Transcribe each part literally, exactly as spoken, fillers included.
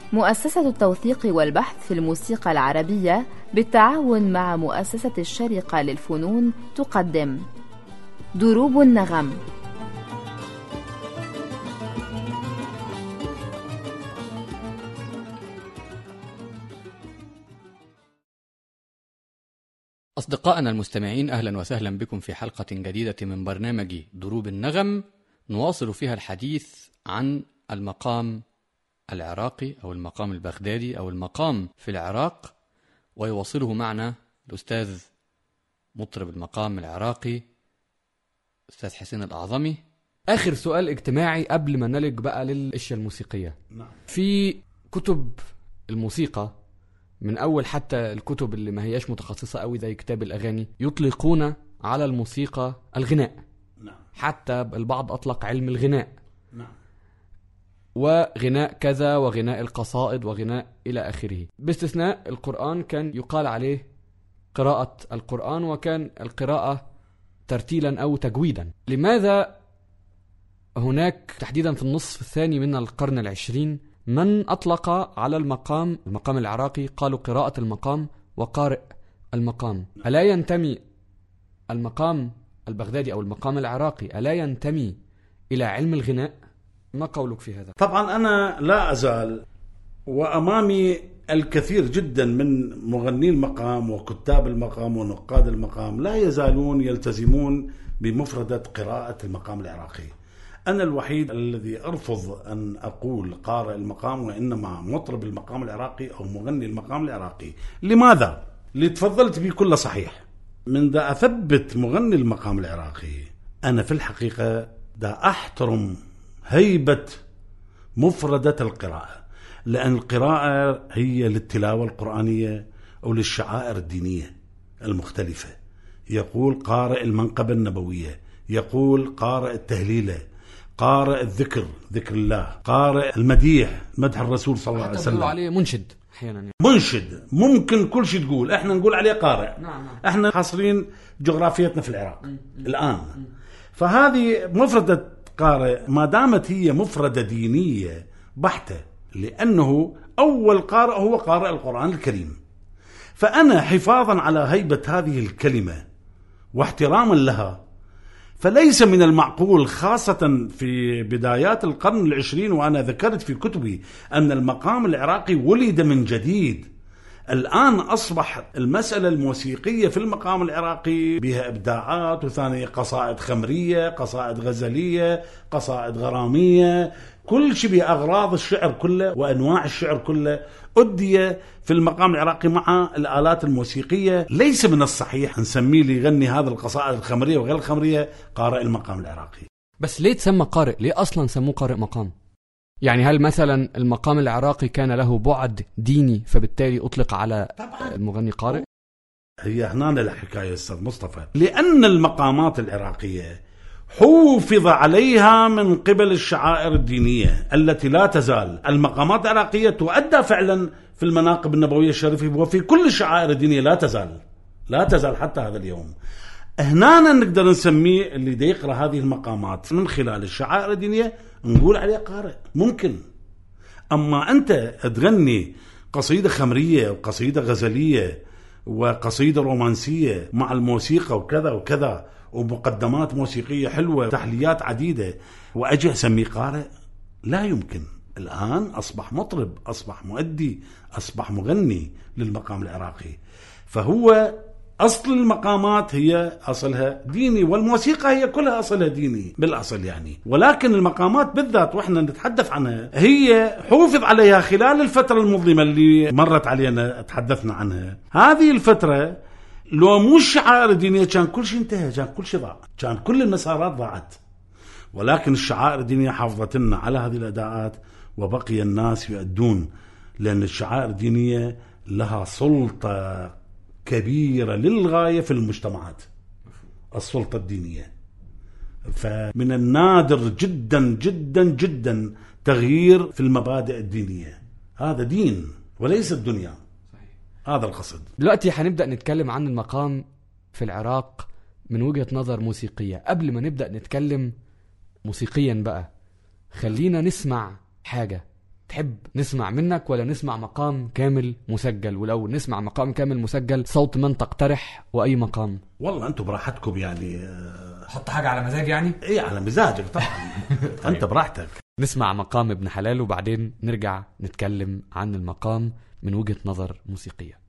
مؤسسة التوثيق والبحث في الموسيقى العربية بالتعاون مع مؤسسة الشرقة للفنون تقدم دروب النغم. أصدقائنا المستمعين، أهلا وسهلا بكم في حلقة جديدة من برنامج دروب النغم، نواصل فيها الحديث عن المقام العراقي أو المقام البغدادي أو المقام في العراق، ويواصله معنا الأستاذ مطرب المقام العراقي أستاذ حسين الأعظمي. آخر سؤال اجتماعي قبل ما نلج بقى للأشياء الموسيقية. في كتب الموسيقى من أول حتى الكتب اللي ما هياش متخصصة قوي زي كتاب الأغاني يطلقون على الموسيقى الغناء. نعم. حتى البعض أطلق علم الغناء. نعم. وغناء كذا وغناء القصائد وغناء إلى آخره، باستثناء القرآن كان يقال عليه قراءة القرآن، وكان القراءة ترتيلا أو تجويدا. لماذا هناك تحديدا في النصف الثاني من القرن العشرين من أطلق على المقام المقام العراقي قالوا قراءة المقام وقارئ المقام؟ ألا ينتمي المقام البغدادي أو المقام العراقي ألا ينتمي إلى علم الغناء؟ ما قولك في هذا؟ طبعا أنا لا أزال وأمامي الكثير جدا من مغني المقام وكتاب المقام ونقاد المقام لا يزالون يلتزمون بمفردة قراءة المقام العراقي. أنا الوحيد الذي أرفض أن أقول قارئ المقام، وإنما مطرب المقام العراقي أو مغني المقام العراقي. لماذا؟ لتفضلت به كله صحيح. من دا أثبت مغني المقام العراقي أنا في الحقيقة دا أحترم هيبة مفردة القراءة، لأن القراءة هي للتلاوة القرآنية أو للشعائر الدينية المختلفة. يقول قارئ المنقبة النبوية، يقول قارئ التهليلة، قارئ الذكر ذكر الله، قارئ المديح مدح الرسول صلى الله عليه وسلم، عليه منشد أحيانا يعني. منشد ممكن كل شيء تقول، احنا نقول عليه قارئ. نعم. احنا حاصرين جغرافيتنا في العراق م. الآن م. فهذه مفردة قارئ ما دامت هي مفردة دينية بحتة، لأنه أول قارئ هو قارئ القرآن الكريم. فأنا حفاظا على هيبة هذه الكلمة واحتراما لها، فليس من المعقول خاصة في بدايات القرن العشرين، وأنا ذكرت في كتبي أن المقام العراقي ولد من جديد. الآن أصبح المسألة الموسيقية في المقام العراقي بها إبداعات، وثانية قصائد خمرية، قصائد غزلية، قصائد غرامية، كل شيء بأغراض الشعر كله وأنواع الشعر كله أدي في المقام العراقي مع الآلات الموسيقية. ليس من الصحيح نسميه اللي يغني هذا القصائد الخمرية وغير الخمرية قارئ المقام العراقي. بس ليه تسمى قارئ؟ ليه أصلا سموه قارئ مقام؟ يعني هل مثلا المقام العراقي كان له بعد ديني فبالتالي أطلق على طبعا المغني قارئ؟ هي هنا الحكاية أستاذ مصطفى، لأن المقامات العراقية حوفظ عليها من قبل الشعائر الدينية التي لا تزال. المقامات العراقية تؤدى فعلا في المناقب النبوية الشريفة وفي كل الشعائر الدينية، لا تزال لا تزال حتى هذا اليوم. هنا نقدر نسميه اللي دا يقرأ هذه المقامات من خلال الشعائر الدينية نقول عليه قارئ ممكن. أما أنت تغني قصيدة خمرية وقصيدة غزلية وقصيدة رومانسية مع الموسيقى وكذا وكذا ومقدمات موسيقية حلوة تحليات عديدة وأجي أسميه قارئ، لا يمكن. الآن أصبح مطرب، أصبح مؤدي، أصبح مغني للمقام العراقي. فهو أصل المقامات هي أصلها ديني، والموسيقى هي كلها أصلها ديني بالأصل يعني. ولكن المقامات بالذات وإحنا نتحدث عنها هي حوفظ عليها خلال الفترة المظلمة اللي مرت علينا تحدثنا عنها. هذه الفترة لو مو الشعائر الدينية كان كل شيء انتهى، كان كل شيء ضاع، كان كل المسارات ضاعت. ولكن الشعائر الدينية حافظت لنا على هذه الأداءات وبقي الناس يؤدون، لأن الشعائر الدينية لها سلطة كبيرة للغاية في المجتمعات، السلطة الدينية. فمن النادر جدا جدا جدا تغيير في المبادئ الدينية، هذا دين وليس الدنيا. هذا القصد. دلوقتي هنبدأ نتكلم عن المقام في العراق من وجهة نظر موسيقية. قبل ما نبدأ نتكلم موسيقيا بقى خلينا نسمع حاجة تحب نسمع منك ولا نسمع مقام كامل مسجل؟ ولو نسمع مقام كامل مسجل صوت من تقترح وأي مقام؟ والله أنتم براحتكم يعني. حط حاجة على مزاج يعني؟ إيه على مزاجك طبعا. أنت براحتك. نسمع مقام ابن حلال وبعدين نرجع نتكلم عن المقام من وجهة نظر موسيقية.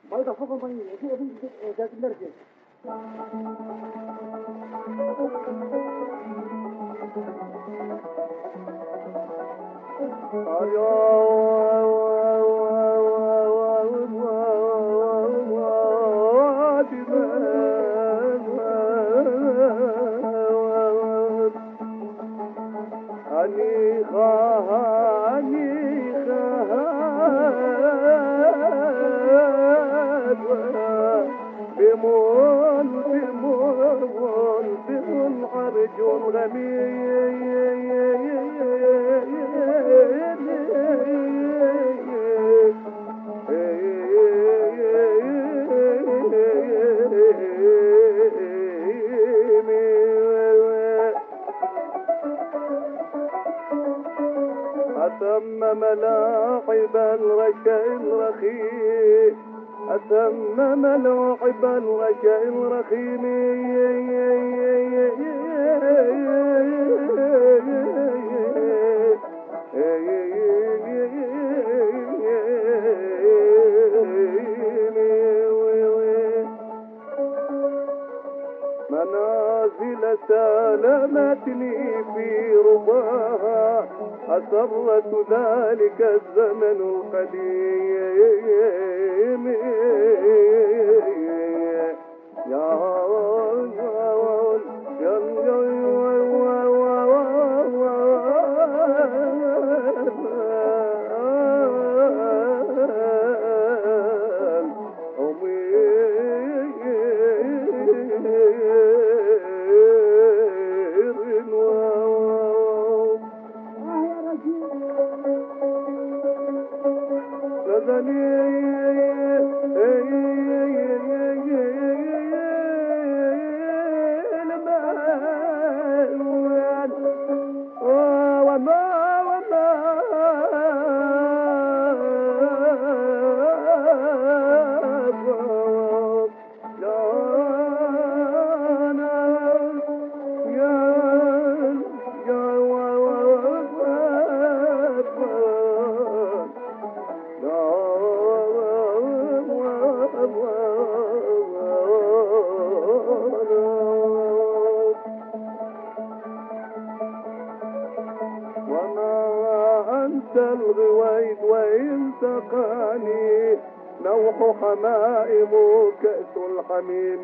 أتم ملاعب الرشا الرخيم أتم ملاعب الرشا الرخيم منازل سالمتني في رضاها أسرت ذلك الزمن القديم يا الغويد وإن سقاني نوح حمائم كأس الحميم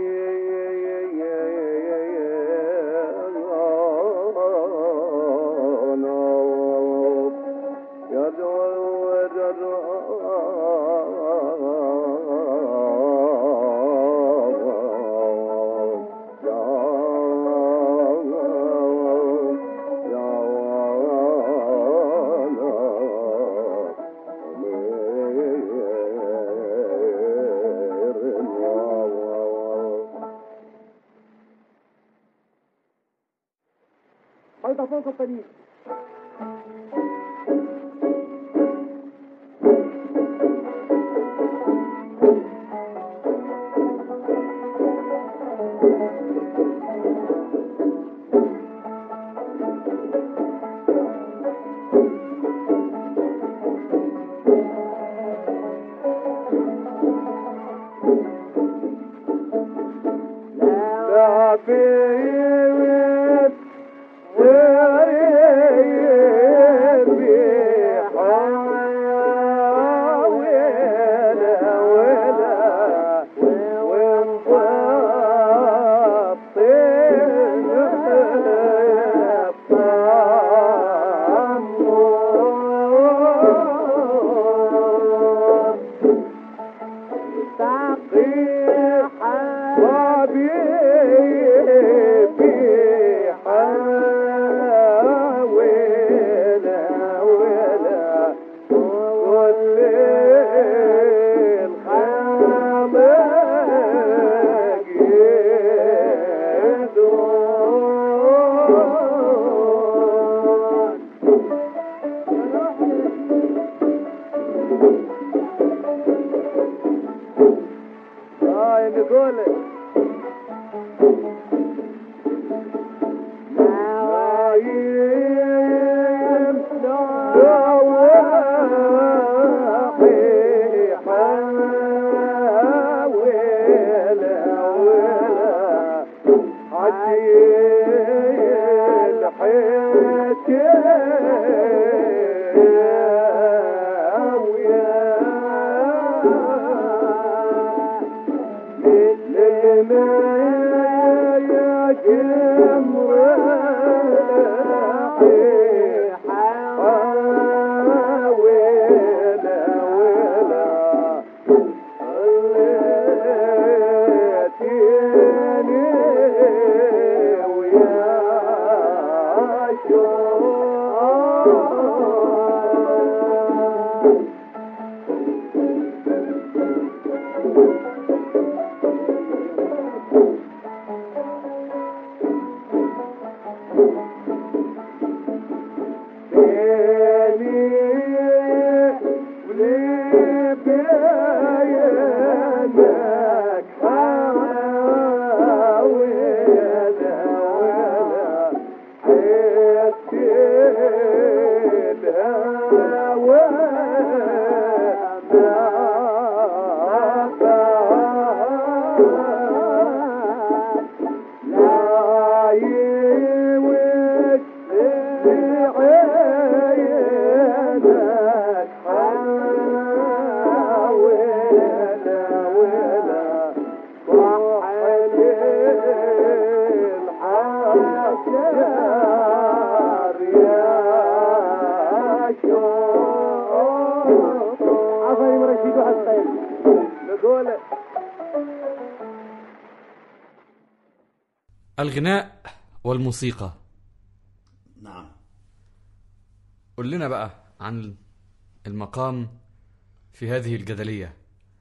فوق الطريق. لا بيت عجيل الغناء والموسيقى. نعم. قل لنا بقى عن المقام في هذه الجدلية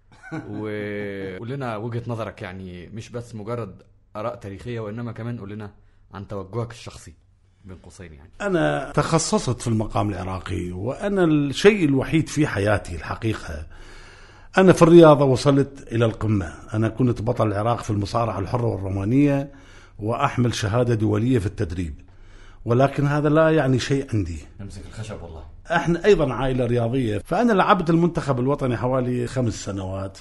وقل لنا وجهة نظرك، يعني مش بس مجرد آراء تاريخية وإنما كمان قل لنا عن توجهك الشخصي بين قوسين. يعني أنا تخصصت في المقام العراقي، وأنا الشيء الوحيد في حياتي الحقيقة أنا في الرياضة وصلت إلى القمة. أنا كنت بطل العراق في المصارعة الحرة والرومانية وأحمل شهادة دولية في التدريب، ولكن هذا لا يعني شيء عندي. نمسك الخشب والله. احنا أيضا عائلة رياضية، فأنا لعبت المنتخب الوطني حوالي خمس سنوات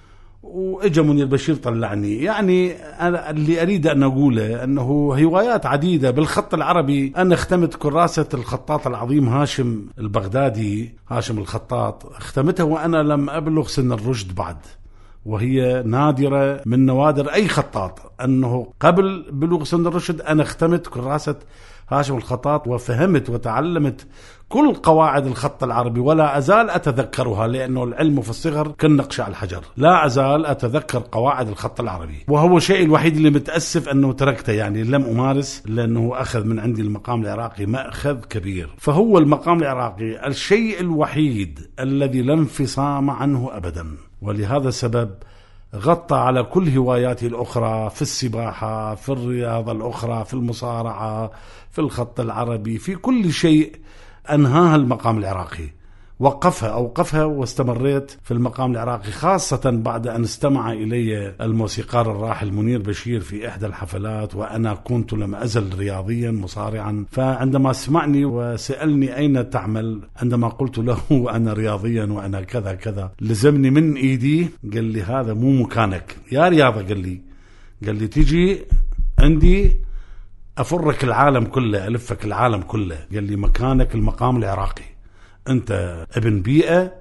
وإجا منير بشير طلعني. يعني أنا اللي أريد أن أقوله أنه هوايات عديدة بالخط العربي. أنا اختمت كراسة الخطاط العظيم هاشم البغدادي، هاشم الخطاط، اختمتها وأنا لم أبلغ سن الرشد بعد، وهي نادرة من نوادر أي خطاط أنه قبل بلوغ سن الرشد أنا اختمت كراسة هاشم الخطاط وفهمت وتعلمت كل قواعد الخط العربي، ولا أزال أتذكرها، لأنه العلم في الصغر كالنقش على الحجر. لا أزال أتذكر قواعد الخط العربي، وهو الشيء الوحيد اللي متأسف أنه تركته، يعني لم أمارس، لأنه أخذ من عندي المقام العراقي مأخذ كبير. فهو المقام العراقي الشيء الوحيد الذي لا انفصام عنه أبدا، ولهذا السبب غطى على كل هواياتي الأخرى، في السباحة، في الرياضة الأخرى، في المصارعة، في الخط العربي، في كل شيء أنهاها المقام العراقي، وقفها أوقفها، واستمريت في المقام العراقي، خاصة بعد أن استمع إلي الموسيقار الراحل منير بشير في إحدى الحفلات، وأنا كنت لم أزل رياضيا مصارعا. فعندما سمعني وسألني أين تعمل، عندما قلت له أنا رياضيا وأنا كذا كذا، لزمني من إيدي، قال لي هذا مو مكانك يا رياضة. قال لي قال لي تيجي عندي أفرك العالم كله، ألفك العالم كله. قال لي مكانك المقام العراقي، أنت ابن بيئة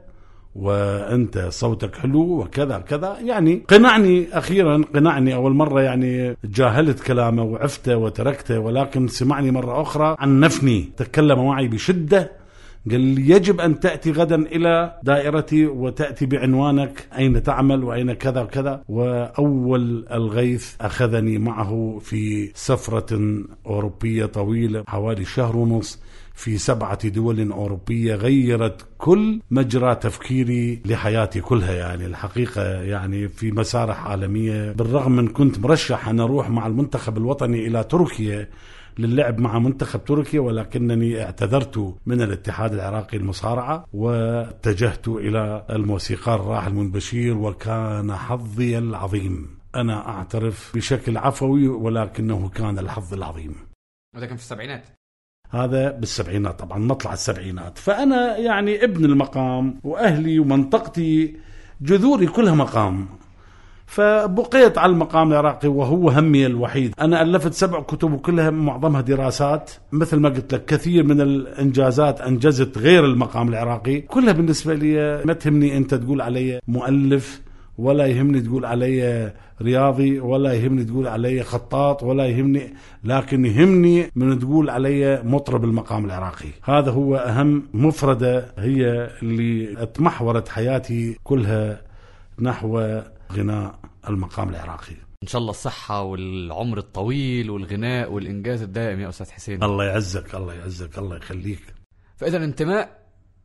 وأنت صوتك حلو وكذا كذا. يعني قنعني أخيرا، قنعني أول مرة، يعني جاهلت كلامه وعفته وتركته، ولكن سمعني مرة أخرى عنفني، تكلم معي بشدة، قال لي يجب أن تأتي غدا إلى دائرتي وتأتي بعنوانك أين تعمل وأين كذا كذا. وأول الغيث أخذني معه في سفرة أوروبية طويلة حوالي شهر ونص في سبعة دول أوروبية، غيرت كل مجرى تفكيري لحياتي كلها. يعني الحقيقة يعني في مسارح عالمية، بالرغم من كنت مرشح أن أروح مع المنتخب الوطني إلى تركيا للعب مع منتخب تركيا، ولكنني اعتذرت من الاتحاد العراقي المصارعة واتجهت إلى الموسيقار الراحل منير بشير، وكان حظي العظيم. أنا أعترف بشكل عفوي، ولكنه كان الحظ العظيم. هذا كان في السبعينات، هذا بالسبعينات طبعا، مطلع السبعينات. فأنا يعني ابن المقام، وأهلي ومنطقتي جذوري كلها مقام. فبقيت على المقام العراقي وهو همي الوحيد. أنا ألفت سبع كتب وكلها معظمها دراسات، مثل ما قلت لك كثير من الإنجازات أنجزت غير المقام العراقي، كلها بالنسبة لي ما تهمني أنت تقول علي مؤلف، ولا يهمني تقول علي رياضي، ولا يهمني تقول علي خطاط، ولا يهمني، لكن يهمني من تقول علي مطرب المقام العراقي. هذا هو أهم مفردة هي اللي اتمحورت حياتي كلها نحو غناء المقام العراقي. إن شاء الله الصحة والعمر الطويل والغناء والإنجاز الدائم يا أستاذ حسين. الله يعزك، الله يعزك، الله يخليك. فإذا انتماء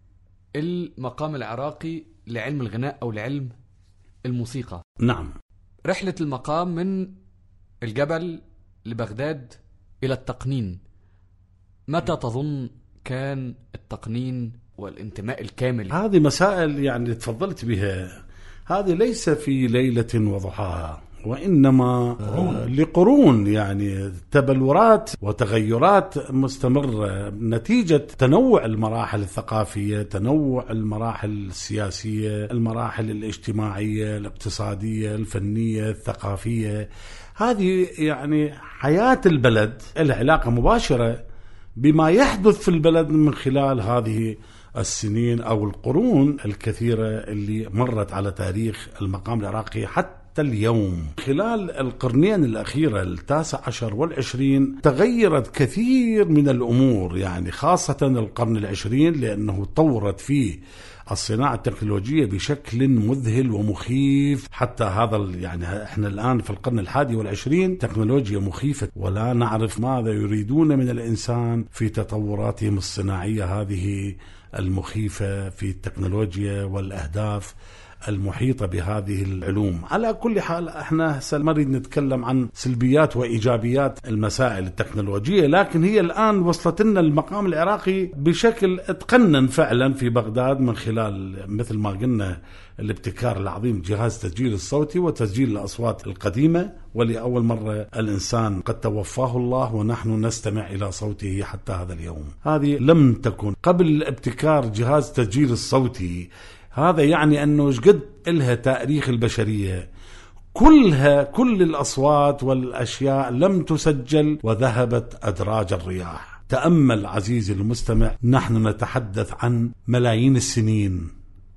المقام العراقي لعلم الغناء أو لعلم الموسيقى. نعم. رحلة المقام من الجبل لبغداد إلى التقنين، متى تظن كان التقنين والانتماء الكامل؟ هذه مسائل يعني تفضلت بها، هذه ليس في ليلة وضحاها، وإنما لقرون، يعني تبلورات وتغيرات مستمرة نتيجة تنوع المراحل الثقافية، تنوع المراحل السياسية، المراحل الاجتماعية، الاقتصادية، الفنية، الثقافية. هذه يعني حياة البلد لها علاقة مباشرة بما يحدث في البلد من خلال هذه السنين أو القرون الكثيرة اللي مرت على تاريخ المقام العراقي حتى اليوم. خلال القرنين الأخيرة التاسع عشر والعشرين تغيرت كثير من الأمور، يعني خاصة القرن العشرين لأنه طورت فيه الصناعة التكنولوجية بشكل مذهل ومخيف. حتى هذا يعني احنا الآن في القرن الحادي والعشرين تكنولوجيا مخيفة، ولا نعرف ماذا يريدون من الإنسان في تطوراتهم الصناعية هذه المخيفة في التكنولوجيا والأهداف المحيطة بهذه العلوم. على كل حال احنا هسه ما نريد نتكلم عن سلبيات وإيجابيات المسائل التكنولوجية، لكن هي الآن وصلت لنا المقام العراقي بشكل اتقنن فعلا في بغداد من خلال مثل ما قلنا الابتكار العظيم جهاز تسجيل الصوتي وتسجيل الأصوات القديمة، ولأول مرة الإنسان قد توفاه الله ونحن نستمع إلى صوته حتى هذا اليوم. هذه لم تكن قبل ابتكار جهاز تسجيل الصوتي. هذا يعني أنه قد إلها تاريخ البشرية كلها، كل الأصوات والأشياء لم تسجل وذهبت أدراج الرياح. تأمل عزيزي المستمع، نحن نتحدث عن ملايين السنين،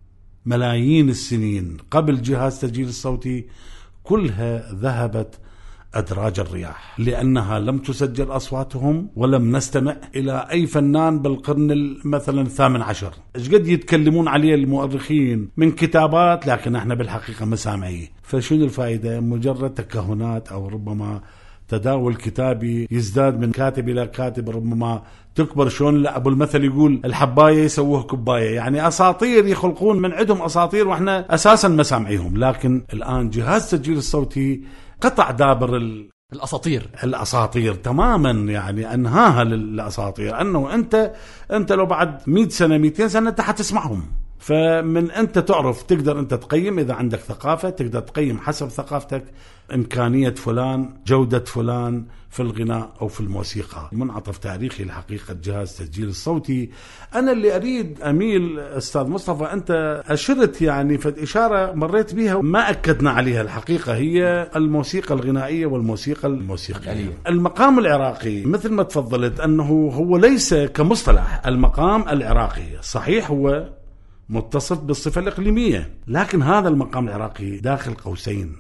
ملايين السنين قبل جهاز تسجيل الصوتي كلها ذهبت أدراج الرياح، لأنها لم تسجل أصواتهم ولم نستمع إلى أي فنان بالقرن مثلا الثامن عشر. إيش قد يتكلمون عليه المؤرخين من كتابات، لكن احنا بالحقيقة ما سامعيه. فشنو الفائدة؟ مجرد تكهنات، أو ربما تداول كتابي يزداد من كاتب إلى كاتب، ربما تكبر. شون لا أبو المثل يقول الحباية يسووه كباية، يعني أساطير يخلقون من عندهم أساطير وإحنا أساسا ما سامعيهم. لكن الآن جهاز تسجيل الصوتي قطع دابر الأساطير الأساطير تماما، يعني أنهاها للأساطير، أنه أنت أنت لو بعد مئة سنة مئتين سنة أنت حتسمعهم. فمن أنت تعرف تقدر أنت تقيم، إذا عندك ثقافة تقدر تقيم حسب ثقافتك إمكانية فلان، جودة فلان في الغناء أو في الموسيقى. منعطف تاريخي لحقيقة جهاز تسجيل الصوتي. أنا اللي أريد أميل أستاذ مصطفى، أنت أشرت يعني فد إشارة مريت بها ما أكدنا عليها الحقيقة، هي الموسيقى الغنائية والموسيقى الموسيقية. المقام العراقي مثل ما تفضلت أنه هو ليس كمصطلح المقام العراقي، صحيح هو متصف بالصفة الإقليمية، لكن هذا المقام العراقي داخل قوسين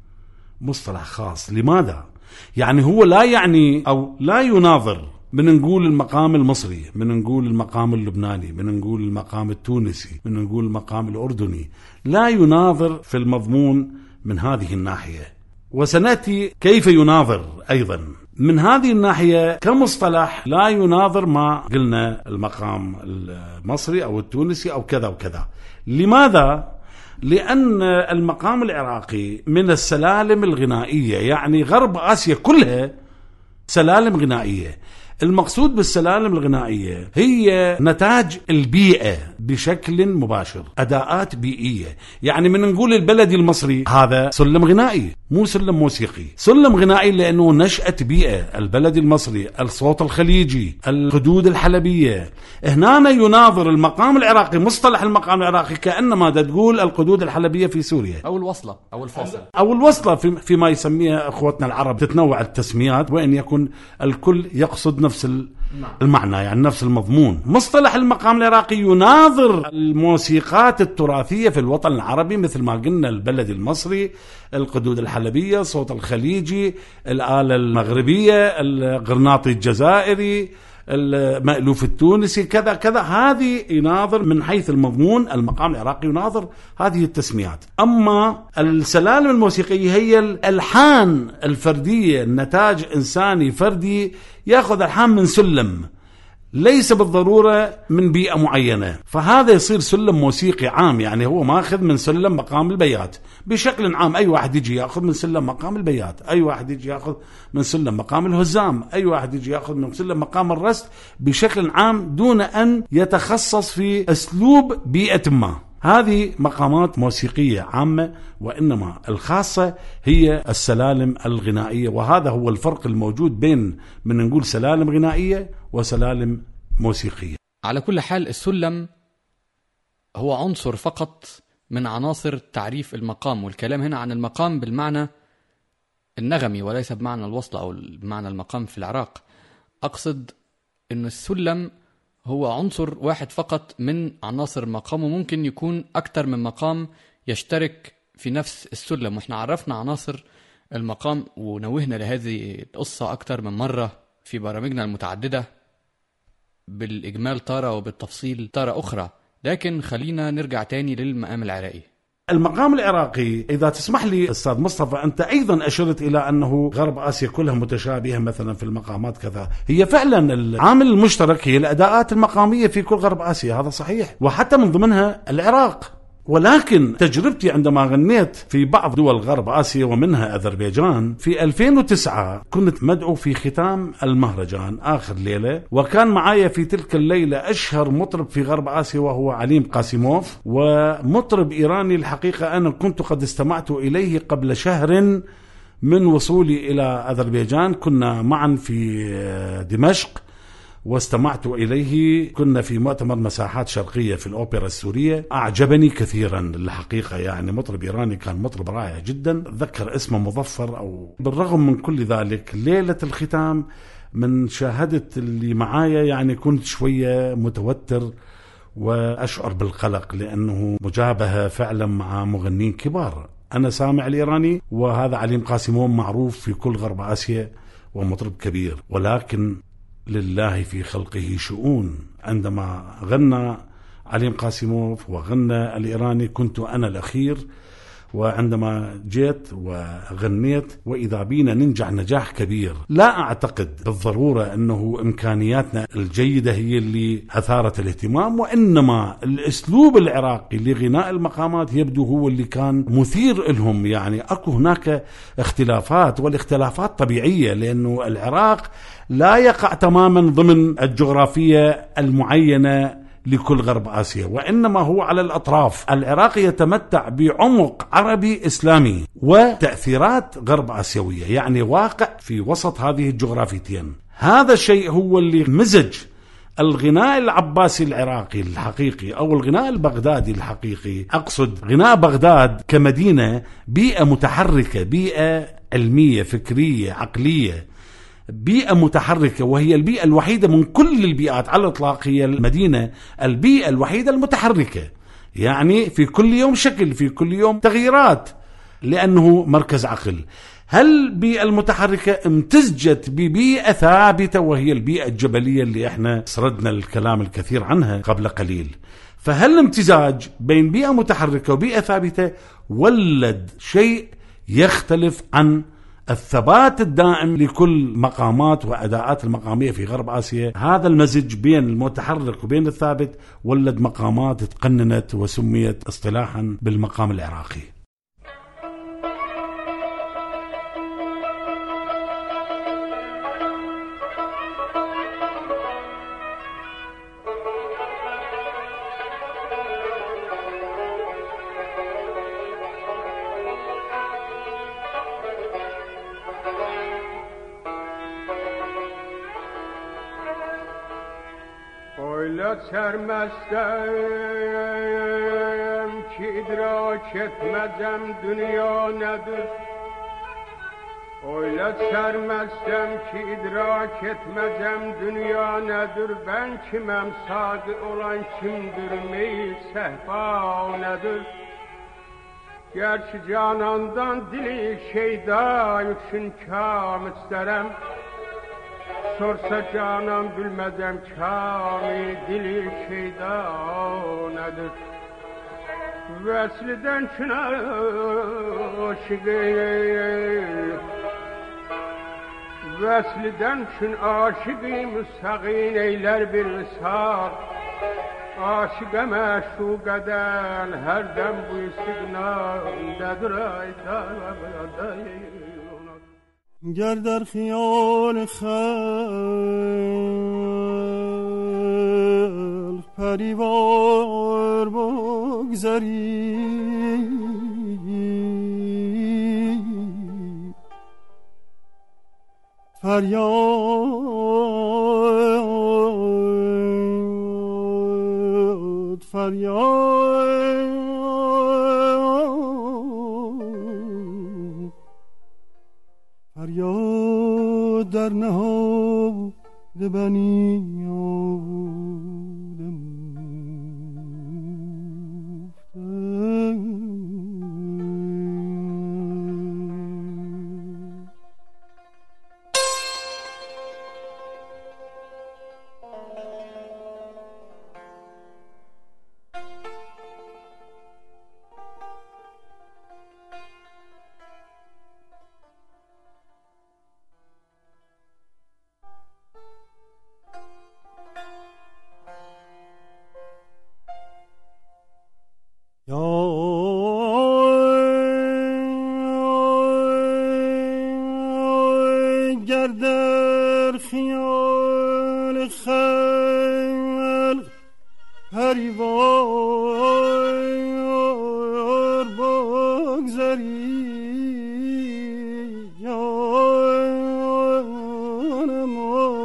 مصطلح خاص. لماذا؟ يعني هو لا يعني أو لا يناظر من نقول المقام المصري، من نقول المقام اللبناني، من نقول المقام التونسي، من نقول المقام الأردني، لا يناظر في المضمون من هذه الناحية. وسنأتي كيف يناظر أيضا من هذه الناحية كمصطلح، لا يناظر ما قلنا المقام المصري أو التونسي أو كذا وكذا. لماذا؟ لأن المقام العراقي من السلالم الغنائية، يعني غرب آسيا كلها سلالم غنائية. المقصود بالسلالم الغنائية هي نتاج البيئة بشكل مباشر، أداءات بيئية. يعني من نقول البلدي المصري هذا سلم غنائي مو سلم موسيقي، سلم غنائي لأنه نشأة بيئة. البلدي المصري، الصوت الخليجي، الخدود الحلبية. هنا يناظر المقام العراقي، مصطلح المقام العراقي كأنما تقول الخدود الحلبية في سوريا، أو الوصلة أو الفاصل أو الوصلة فيما يسميها أخوتنا العرب. تتنوع التسميات وإن يكون الكل يقصد نفس المعنى، يعني نفس المضمون. مصطلح المقام العراقي يناظر الموسيقات التراثية في الوطن العربي، مثل ما قلنا البلدي المصري، الخدود الحلبية، الصوت الخليجي، الآلة المغربية، الغرناطي الجزائري، المألوف التونسي، كذا كذا. هذه يناظر من حيث المضمون، المقام العراقي يناظر هذه التسميات. أما السلالم الموسيقية هي الألحان الفردية، النتاج إنساني فردي يأخذ ألحان من سلم، ليس بالضرورة من بيئة معينة، فهذا يصير سلم موسيقي عام. يعني هو ماخذ من سلم مقام البيات بشكل عام. أي واحد يجي يأخذ من سلم مقام البيات، أي واحد يجي يأخذ من سلم مقام الهزام، أي واحد يجي يأخذ من سلم مقام الرست بشكل عام، دون أن يتخصص في أسلوب بيئة ما. هذه مقامات موسيقية عامة، وإنما الخاصة هي السلالم الغنائية. وهذا هو الفرق الموجود بين من نقول سلالم غنائية وسلالم موسيقية. على كل حال السلم هو عنصر فقط من عناصر تعريف المقام، والكلام هنا عن المقام بالمعنى النغمي وليس بمعنى الوصلة أو بمعنى المقام في العراق. أقصد أن السلم هو عنصر واحد فقط من عناصر المقام، وممكن يكون أكتر من مقام يشترك في نفس السلم. وإحنا عرفنا عناصر المقام ونوهنا لهذه القصة أكتر من مرة في برامجنا المتعددة بالإجمال تارة وبالتفصيل تارة أخرى، لكن خلينا نرجع تاني للمقام العراقي. المقام العراقي، إذا تسمح لي أستاذ مصطفى، أنت أيضا أشرت إلى أنه غرب آسيا كلها متشابهة مثلا في المقامات كذا. هي فعلا العامل المشترك هي الأداءات المقامية في كل غرب آسيا، هذا صحيح، وحتى من ضمنها العراق. ولكن تجربتي عندما غنيت في بعض دول غرب آسيا ومنها أذربيجان في ألفين وتسعة، كنت مدعو في ختام المهرجان آخر ليلة، وكان معايا في تلك الليلة أشهر مطرب في غرب آسيا وهو عليم قاسيموف، ومطرب إيراني الحقيقة أنا كنت قد استمعت إليه قبل شهر من وصولي إلى أذربيجان. كنا معا في دمشق واستمعت إليه، كنا في مؤتمر مساحات شرقية في الأوبرا السورية. أعجبني كثيرا الحقيقة، يعني مطرب إيراني كان مطرب رائع جدا، ذكر اسمه مظفر. أو بالرغم من كل ذلك ليلة الختام من شاهدة اللي معايا يعني كنت شوية متوتر وأشعر بالقلق، لأنه مجابهة فعلا مع مغنين كبار. أنا سامع الإيراني، وهذا عليم قاسيموف معروف في كل غرب آسيا ومطرب كبير، ولكن لله في خلقه شؤون. عندما غنى عليم قاسيموف وغنى الإيراني كنت أنا الأخير، وعندما جيت وغنيت وإذا بينا ننجح نجاح كبير. لا أعتقد بالضرورة أنه إمكانياتنا الجيدة هي اللي أثارت الاهتمام، وإنما الأسلوب العراقي لغناء المقامات يبدو هو اللي كان مثير لهم. يعني أكو هناك اختلافات، والاختلافات طبيعية، لأنه العراق لا يقع تماما ضمن الجغرافية المعينة لكل غرب آسيا، وإنما هو على الأطراف. العراق يتمتع بعمق عربي إسلامي وتأثيرات غرب آسيوية، يعني واقع في وسط هذه الجغرافيتين. هذا الشيء هو اللي مزج الغناء العباسي العراقي الحقيقي أو الغناء البغدادي الحقيقي. أقصد غناء بغداد كمدينة بيئة متحركة، بيئة علمية فكرية عقلية، بيئة متحركة، وهي البيئة الوحيدة من كل البيئات على الإطلاق، هي المدينة البيئة الوحيدة المتحركة. يعني في كل يوم شكل، في كل يوم تغييرات، لأنه مركز عقل. هل البيئة المتحركة امتزجت ببيئة ثابتة وهي البيئة الجبلية اللي احنا سردنا الكلام الكثير عنها قبل قليل. فهل الامتزاج بين بيئة متحركة وبيئة ثابتة ولد شيء يختلف عن الثبات الدائم لكل مقامات وأداءات المقامية في غرب آسيا. هذا المزج بين المتحرك وبين الثابت ولد مقامات تقننت وسميت اصطلاحا بالمقام العراقي. Öyle sermestem ki idrak etmezem dünya nedir? Öyle sermestem ki idrak etmezem dünya nedir? Ben kimem, sadi olan kimdir? Meyil sehpa nedir? Gerçi canandan dili şeyda için kam isterim. Sorsa canan bilmezem kâmi dili şeyda nedir? Vesliden şuna aşıkıyım, Vesliden şun aşıkıyım, müstaqin eyler bir visar. Aşık-ı meşuk eden her dem bu istiğnamdedir aytadayım. گر در خیال خلق پریوار بگذری فریاد فریاد فریاد در نهاد بنی آدم در خیال خلق پریوار بگذری جانم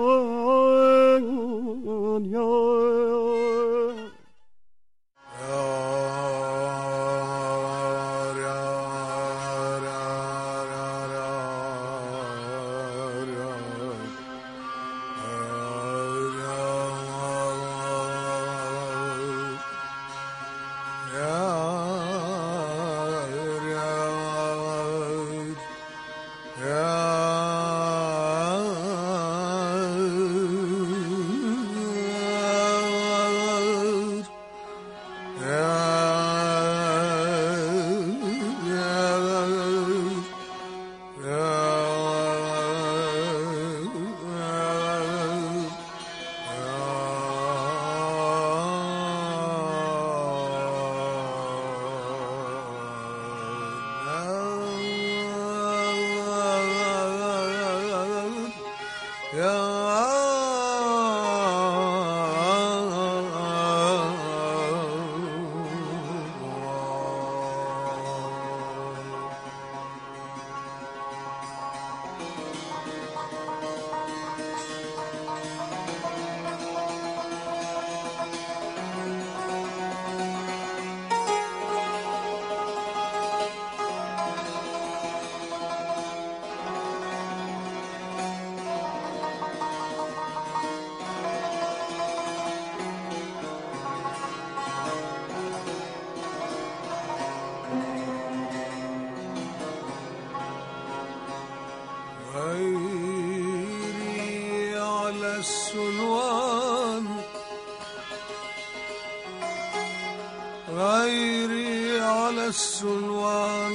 غيري على السلوان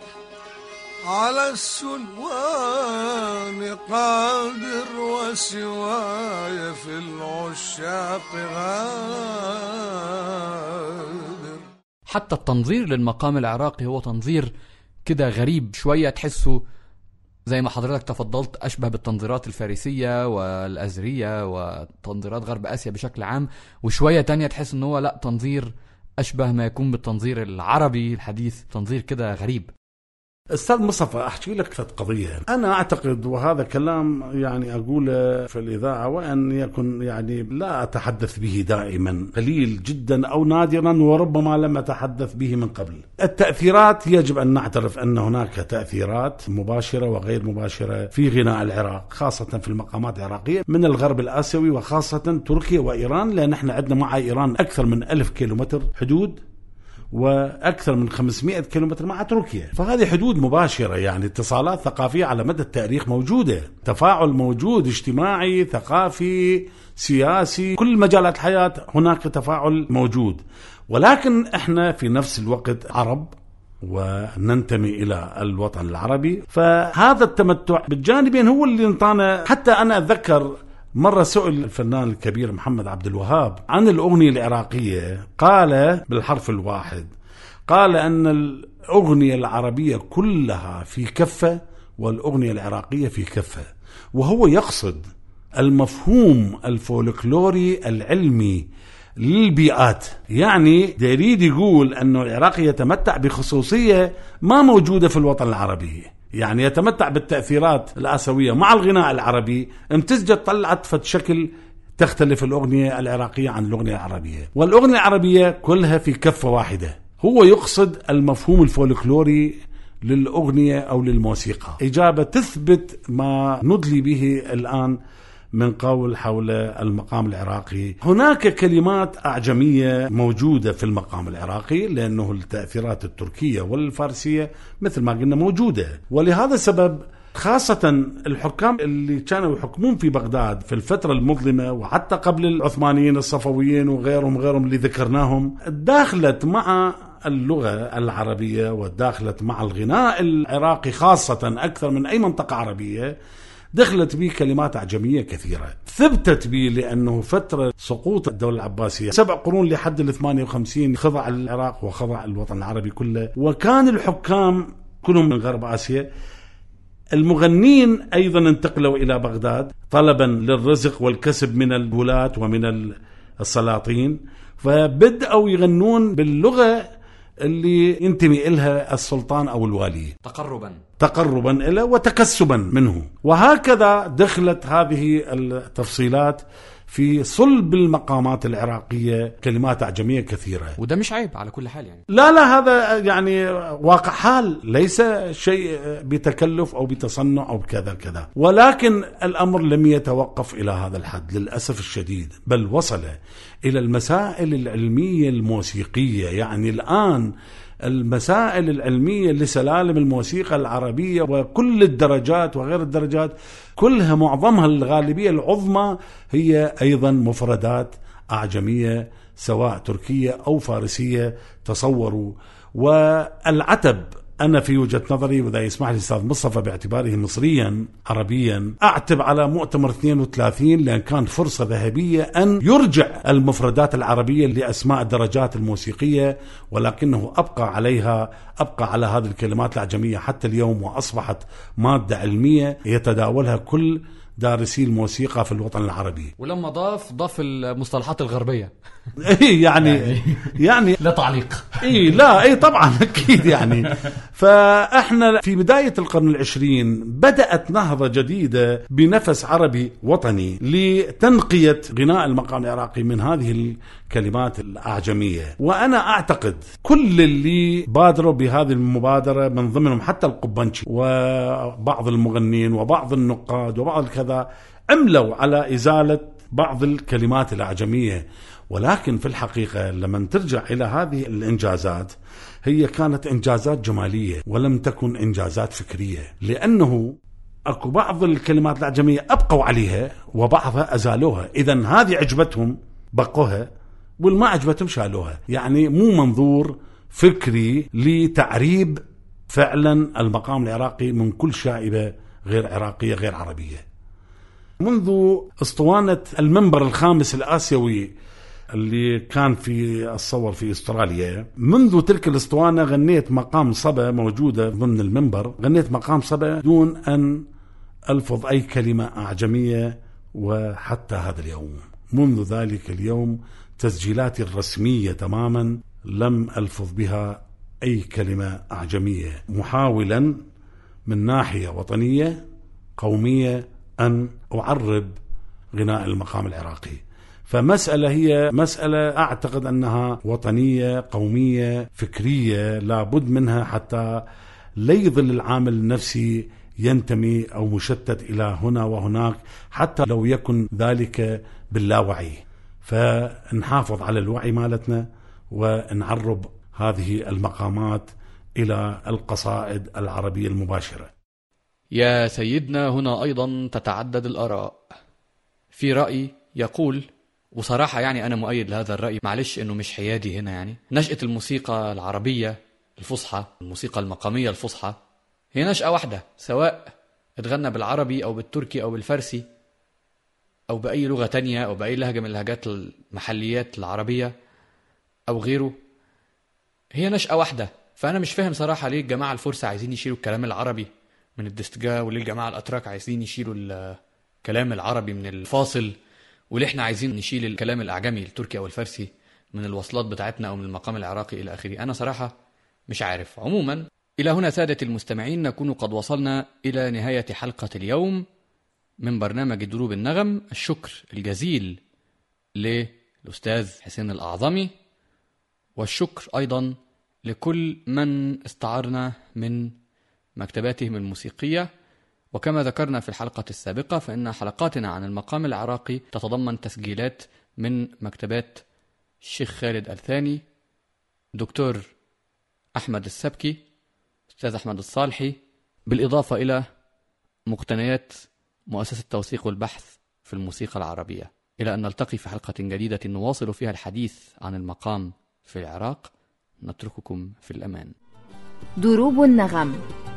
على السلوان قادر وسواي في العشاق غادر. حتى التنظير للمقام العراقي هو تنظير كده غريب شوية، تحسه زي ما حضرتك تفضلت أشبه بالتنظيرات الفارسية والأزرية وتنظيرات غرب آسيا بشكل عام، وشوية تانية تحس إنه هو لأ تنظير أشبه ما يكون بالتنظير العربي الحديث، تنظير كده غريب. أستاذ مصطفى، أحكي لك ثلاث قضية. أنا أعتقد، وهذا كلام يعني أقوله في الإذاعة وأن يكن يعني لا أتحدث به دائما، قليل جدا أو نادرا، وربما لم أتحدث به من قبل. التأثيرات يجب أن نعترف أن هناك تأثيرات مباشرة وغير مباشرة في غناء العراق، خاصة في المقامات العراقية من الغرب الآسيوي، وخاصة تركيا وإيران، لأن احنا عندنا مع إيران أكثر من ألف كيلومتر حدود، وأكثر من خمسمائة كيلومتر مع تركيا، فهذه حدود مباشرة، يعني اتصالات ثقافية على مدى التاريخ موجودة، تفاعل موجود، اجتماعي، ثقافي، سياسي، كل مجالات الحياة هناك تفاعل موجود. ولكن احنا في نفس الوقت عرب وننتمي إلى الوطن العربي، فهذا التمتع بالجانبين هو اللي انطانا. حتى أنا أتذكر مرة سئل الفنان الكبير محمد عبد الوهاب عن الأغنية العراقية، قال بالحرف الواحد، قال أن الأغنية العربية كلها في كفة والأغنية العراقية في كفة، وهو يقصد المفهوم الفولكلوري العلمي للبيئات. يعني يريد يقول أن العراق يتمتع بخصوصية ما موجودة في الوطن العربي، يعني يتمتع بالتأثيرات الآسيوية مع الغناء العربي، امتزجت طلعت فشكل تختلف الأغنية العراقية عن الأغنية العربية، والأغنية العربية كلها في كفة واحدة. هو يقصد المفهوم الفولكلوري للأغنية أو للموسيقى، إجابة تثبت ما ندلي به الآن من قول حول المقام العراقي. هناك كلمات أعجمية موجودة في المقام العراقي، لأنه التأثيرات التركية والفارسية مثل ما قلنا موجودة، ولهذا السبب خاصة الحكام اللي كانوا يحكمون في بغداد في الفترة المظلمة، وحتى قبل العثمانيين الصفويين وغيرهم غيرهم اللي ذكرناهم، داخلت مع اللغة العربية وداخلت مع الغناء العراقي خاصة أكثر من أي منطقة عربية، دخلت به كلمات أعجمية كثيرة ثبتت به، لأنه فترة سقوط الدولة العباسية سبع قرون لحد الثمانية وخمسين خضع العراق وخضع الوطن العربي كله، وكان الحكام كلهم من غرب آسيا. المغنين أيضا انتقلوا إلى بغداد طلبا للرزق والكسب من الولاة ومن السلاطين، فبدأوا يغنون باللغة اللي ينتمي إلها السلطان أو الوالي، تقربا تقربا إليه وتكسبا منه. وهكذا دخلت هذه التفصيلات في صلب المقامات العراقية كلمات أعجمية كثيرة، وده مش عيب على كل حال يعني. لا لا هذا يعني واقع حال، ليس شيء بتكلف أو بتصنع أو كذا كذا. ولكن الأمر لم يتوقف إلى هذا الحد للأسف الشديد، بل وصل إلى المسائل العلمية الموسيقية. يعني الآن المسائل العلمية لسلالم الموسيقى العربية وكل الدرجات وغير الدرجات كلها معظمها الغالبية العظمى هي أيضا مفردات أعجمية سواء تركية أو فارسية. تصوروا. والعتب أنا في وجهة نظري، وإذا يسمح لي أستاذ مصطفى باعتباره مصريا عربيا، أعتب على مؤتمر اثنين وثلاثين، لأن كان فرصة ذهبية أن يرجع المفردات العربية لأسماء الدرجات الموسيقية، ولكنه أبقى عليها، أبقى على هذه الكلمات الأعجمية حتى اليوم، وأصبحت مادة علمية يتداولها كل دارسي الموسيقى في الوطن العربي. ولما ضاف ضاف المصطلحات الغربية يعني يعني, يعني لا تعليق. اي لا اي طبعا اكيد يعني. فاحنا في بداية القرن العشرين بدأت نهضة جديدة بنفس عربي وطني لتنقية غناء المقام العراقي من هذه الكلمات الأعجمية. وانا اعتقد كل اللي بادروا بهذه المبادرة من ضمنهم حتى القبنشي وبعض المغنين وبعض النقاد وبعض الكذا عملوا على إزالة بعض الكلمات الأعجمية. ولكن في الحقيقة لما ترجع إلى هذه الإنجازات هي كانت إنجازات جمالية ولم تكن إنجازات فكرية، لأنه أكو بعض الكلمات الأعجمية أبقوا عليها وبعضها أزالوها. إذن هذه عجبتهم بقوها والما عجبتهم شالوها. يعني مو منظور فكري لتعريب فعلا المقام العراقي من كل شائبة غير عراقية غير عربية. منذ اسطوانة المنبر الخامس الآسيوي اللي كان في الصور في أستراليا، منذ تلك الاسطوانة غنيت مقام صبا موجودة ضمن المنبر، غنيت مقام صبا دون أن ألفظ أي كلمة أعجمية. وحتى هذا اليوم منذ ذلك اليوم تسجيلاتي الرسمية تماما لم ألفظ بها أي كلمة أعجمية، محاولا من ناحية وطنية قومية أن أعرب غناء المقام العراقي. فمسألة هي مسألة أعتقد أنها وطنية قومية فكرية لابد منها حتى لا يظل العامل النفسي ينتمي أو مشتت إلى هنا وهناك حتى لو يكن ذلك باللاوعي. فنحافظ على الوعي مالتنا ونعرب هذه المقامات إلى القصائد العربية المباشرة. يا سيدنا هنا أيضا تتعدد الآراء. في رأي يقول، وصراحة يعني أنا مؤيد لهذا الرأي، معلش إنه مش حيادي هنا، يعني نشأة الموسيقى العربية الفصحى، الموسيقى المقامية الفصحى، هي نشأة واحدة، سواء اتغنى بالعربي أو بالتركي أو بالفارسي أو بأي لغة تانية أو بأي لهجة من اللهجات المحليات العربية أو غيره، هي نشأة واحدة. فأنا مش فاهم صراحة ليه الجماعة الفرس عايزين يشيلوا الكلام العربي من الدستجاه، وليه الجماعة الأتراك عايزين يشيلوا الكلام العربي من الفاصل، وليه احنا عايزين نشيل الكلام الأعجمي التركي أو الفارسي من الوصلات بتاعتنا أو من المقام العراقي إلى آخره. أنا صراحة مش عارف. عموما إلى هنا سادة المستمعين نكون قد وصلنا إلى نهاية حلقة اليوم من برنامج دروب النغم. الشكر الجزيل للأستاذ حسين الأعظمي، والشكر أيضا لكل من استعرنا من مكتباتهم الموسيقية. وكما ذكرنا في الحلقة السابقة فإن حلقاتنا عن المقام العراقي تتضمن تسجيلات من مكتبات الشيخ خالد الثاني، دكتور أحمد السبكي، أستاذ أحمد الصالحي، بالإضافة إلى مقتنيات مؤسسة التوثيق والبحث في الموسيقى العربية. إلى أن نلتقي في حلقة جديدة نواصل فيها الحديث عن المقام في العراق، نترككم في الأمان. دروب النغم.